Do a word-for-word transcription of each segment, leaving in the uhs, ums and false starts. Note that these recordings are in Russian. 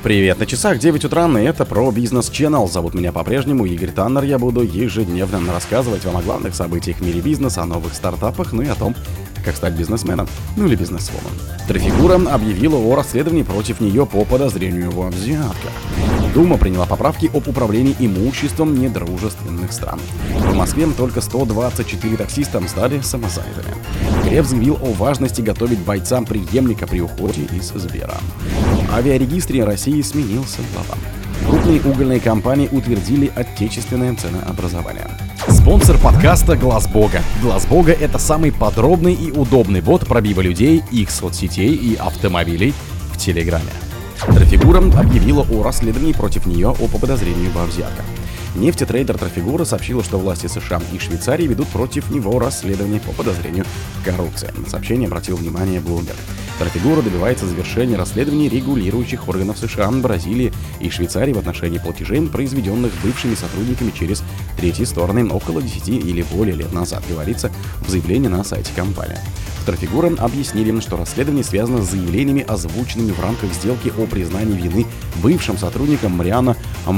Привет, на часах девять утра, и это про Business Channel. Зовут меня по-прежнему Игорь Таннер. Я буду ежедневно рассказывать вам о главных событиях в мире бизнеса, о новых стартапах, ну и о том, как стать бизнесменом, ну или бизнесвумен. Трефигура объявила о расследовании против нее по подозрению во взятках. Дума приняла поправки об управлении имуществом недружественных стран. В Москве только сто двадцать четыре таксиста стали самозанятыми. Греф заявил о важности готовить бойцам преемника при уходе из Сбера. В авиарегистре России сменился глава. Крупные угольные компании утвердили отечественное ценообразование. Спонсор подкаста Глаз Бога. Глаз Бога — это самый подробный и удобный бот пробива людей, их соцсетей и автомобилей в Телеграме. Трефигура объявила о расследовании против нее по подозрению во взятках. Нефтетрейдер Трефигура сообщила, что власти США и Швейцарии ведут против него расследование по подозрению в коррупции. На сообщение обратил внимание Bloomberg. Трефигура добивается завершения расследований регулирующих органов США, Бразилии и Швейцарии в отношении платежей, произведенных бывшими сотрудниками через третьи стороны около десяти или более лет назад, говорится в заявлении на сайте компании. Трефигура объяснили, что расследование связано с заявлениями, озвученными в рамках сделки о признании вины бывшим сотрудником Мариано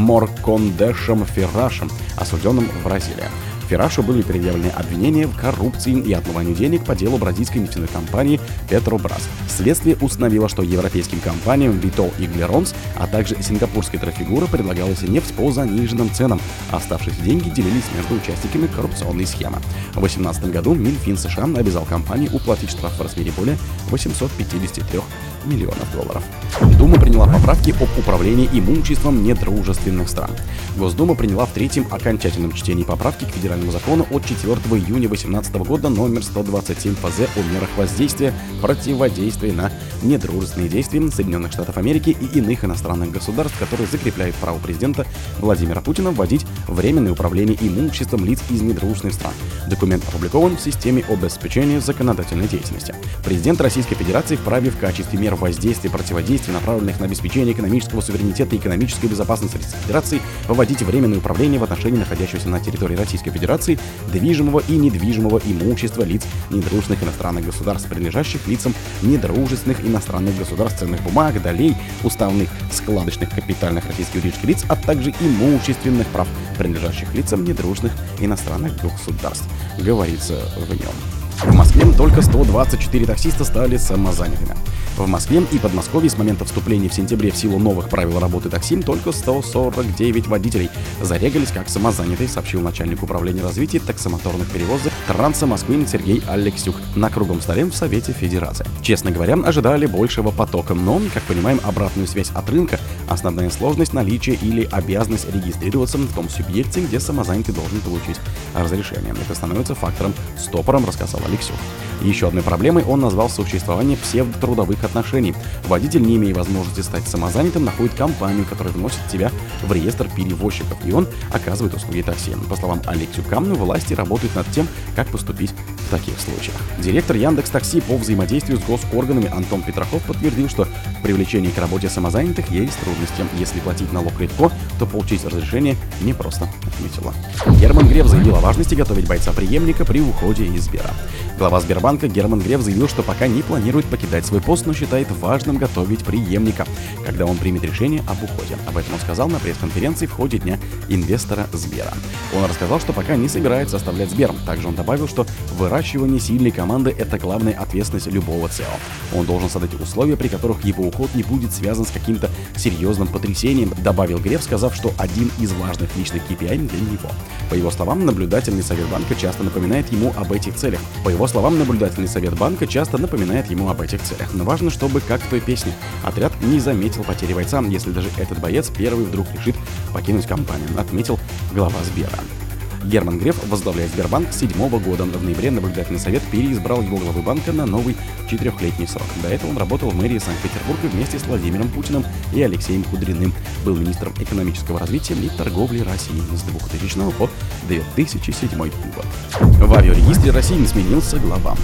Маркондешем Феррашем, осужденным в Бразилии. Феррашу были предъявлены обвинения в коррупции и отмыванию денег по делу бразильской нефтяной компании Петробрас. Следствие установило, что европейским компаниям Vitol и Gleron's, а также сингапурской Трефигура предлагалась нефть по заниженным ценам, а оставшиеся деньги делились между участниками коррупционной схемы. В две тысячи восемнадцатом году Минфин США обязал компании уплатить штраф в размере более восемьсот пятидесяти трёх миллионов долларов. Дума приняла поправки об управлении имуществом недружественных стран. Госдума приняла в третьем окончательном чтении поправки к федеральному закону от четвёртого июня две тысячи восемнадцатого года номер сто двадцать семь ФЗ о мерах воздействия, противодействия на недружественные действия Соединенных Штатов Америки и иных иностранных государств, которые закрепляют право президента Владимира Путина вводить временное управление имуществом лиц из недружественных стран. Документ опубликован в системе обеспечения законодательной деятельности. Президент Российской Федерации вправе в качестве мер воздействия и противодействия, направленных на обеспечение экономического суверенитета и экономической безопасности Российской Федерации, вводить временное управление в отношении находящегося на территории Российской Федерации движимого и недвижимого имущества лиц недружественных иностранных государств, принадлежащих лицам недружественных иностранных государств, ценных бумаг, долей, уставных, складочных, капитальных российских юридических лиц, а также имущественных прав, принадлежащих лицам недружественных иностранных государств, говорится в нем. В Москве только сто двадцать четыре таксиста стали самозанятыми. В Москве и Подмосковье с момента вступления в сентябре в силу новых правил работы такси только сто сорок девять водителей зарегались как самозанятые, сообщил начальник управления развития таксомоторных перевозок Транса Москвы Сергей Алексюк на круглом столе в Совете Федерации. Честно говоря, ожидали большего потока, но, как понимаем, обратную связь от рынка – основная сложность наличия или обязанность регистрироваться в том субъекте, где самозанятый должен получить разрешение. Это становится фактором-стопором, рассказал Алексюк. Еще одной проблемой он назвал существование псевдотрудовых отношений. Водитель, не имея возможности стать самозанятым, находит компанию, которая вносит тебя в реестр перевозчиков, и он оказывает услуги такси. По словам Алексюка, власти работают над тем, как поступить в таких случаях. Директор Яндекс.Такси по взаимодействию с госкорганами Антон Петрахов подтвердил, что в привлечении к работе самозанятых есть трудности. Если платить налог легко, то получить разрешение непросто, отметила. Герман Греф заявил о важности готовить бойца-преемника при уходе из Сбера. Глава Сбербанка Герман Греф заявил, что пока не планирует покидать свой пост, но считает важным готовить преемника, когда он примет решение об уходе. Об этом он сказал на пресс-конференции в ходе Дня инвестора Сбера. Он рассказал, что пока не собирается оставлять Сбер. Также он добавил, что выращивание сильной команды – это главная ответственность любого си и о. Он должен создать условия, при которых его уход не будет связан с каким-то серьезным потрясением, добавил Греф, сказав, что один из важных личных кей пи ай для него. По его словам, наблюдательный совет банка часто напоминает ему об этих целях. По его словам, наблюдательный совет банка часто напоминает ему об этих целях. Но важно, чтобы, как в той песне, отряд не заметил потери бойца, если даже этот боец первый вдруг решит покинуть компанию, отметил глава Сбера. Герман Греф возглавляет Сбербанк с седьмого года. В ноябре наблюдательный совет переизбрал его главы банка на новый четырехлетний срок. До этого он работал в мэрии Санкт-Петербурга вместе с Владимиром Путиным и Алексеем Кудриным. Был министром экономического развития и торговли России с двухтысячного по две тысячи седьмой год. В авиарегистре России сменился глава.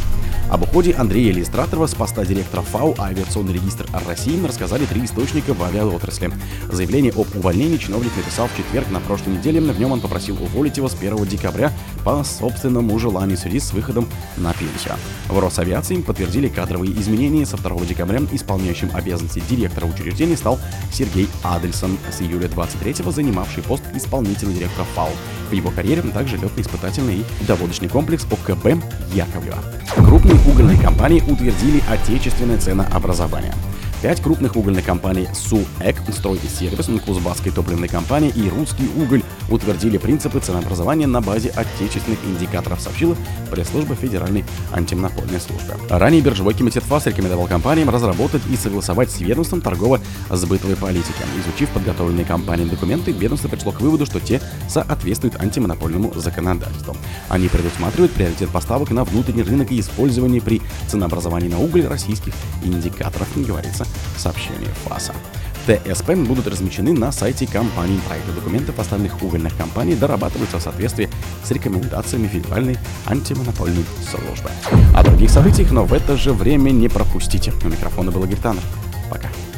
Об уходе Андрея Иллистраторова с поста директора ФАО «Авиационный регистр России» рассказали три источника в авиаотрасли. Заявление об увольнении чиновник написал в четверг на прошлой неделе. В нем он попросил уволить его с первого декабря по собственному желанию в связи с выходом на пенсию. В Росавиации подтвердили кадровые изменения. Со второго декабря исполняющим обязанности директора учреждения стал Сергей Адельсон, с июля двадцать третьего занимавший пост исполнительного директора ФАО. В его карьере также летно-испытательный и доводочный комплекс ОКБ «Яковлева». Крупные угольные компании утвердили отечественное ценообразование. Пять крупных угольных компаний СУЭК, Строй и Сервис, Кузбасской топливной компании и Русский уголь утвердили принципы ценообразования на базе отечественных индикаторов, сообщила пресс-служба Федеральной антимонопольной службы. Ранее биржевой комитет ФАС рекомендовал компаниям разработать и согласовать с ведомством торгово-сбытовой политики. Изучив подготовленные компаниями документы, ведомство пришло к выводу, что те соответствуют антимонопольному законодательству. Они предусматривают приоритет поставок на внутренний рынок и использование при ценообразовании на уголь российских индикаторов, говорится в сообщении ФАСа. ТСП будут размещены на сайте компании. Проекты документов остальных угольных компаний дорабатываются в соответствии с рекомендациями Федеральной антимонопольной службы. О других событиях, но в это же время не пропустите. У микрофона был Игорь Таннер. Пока.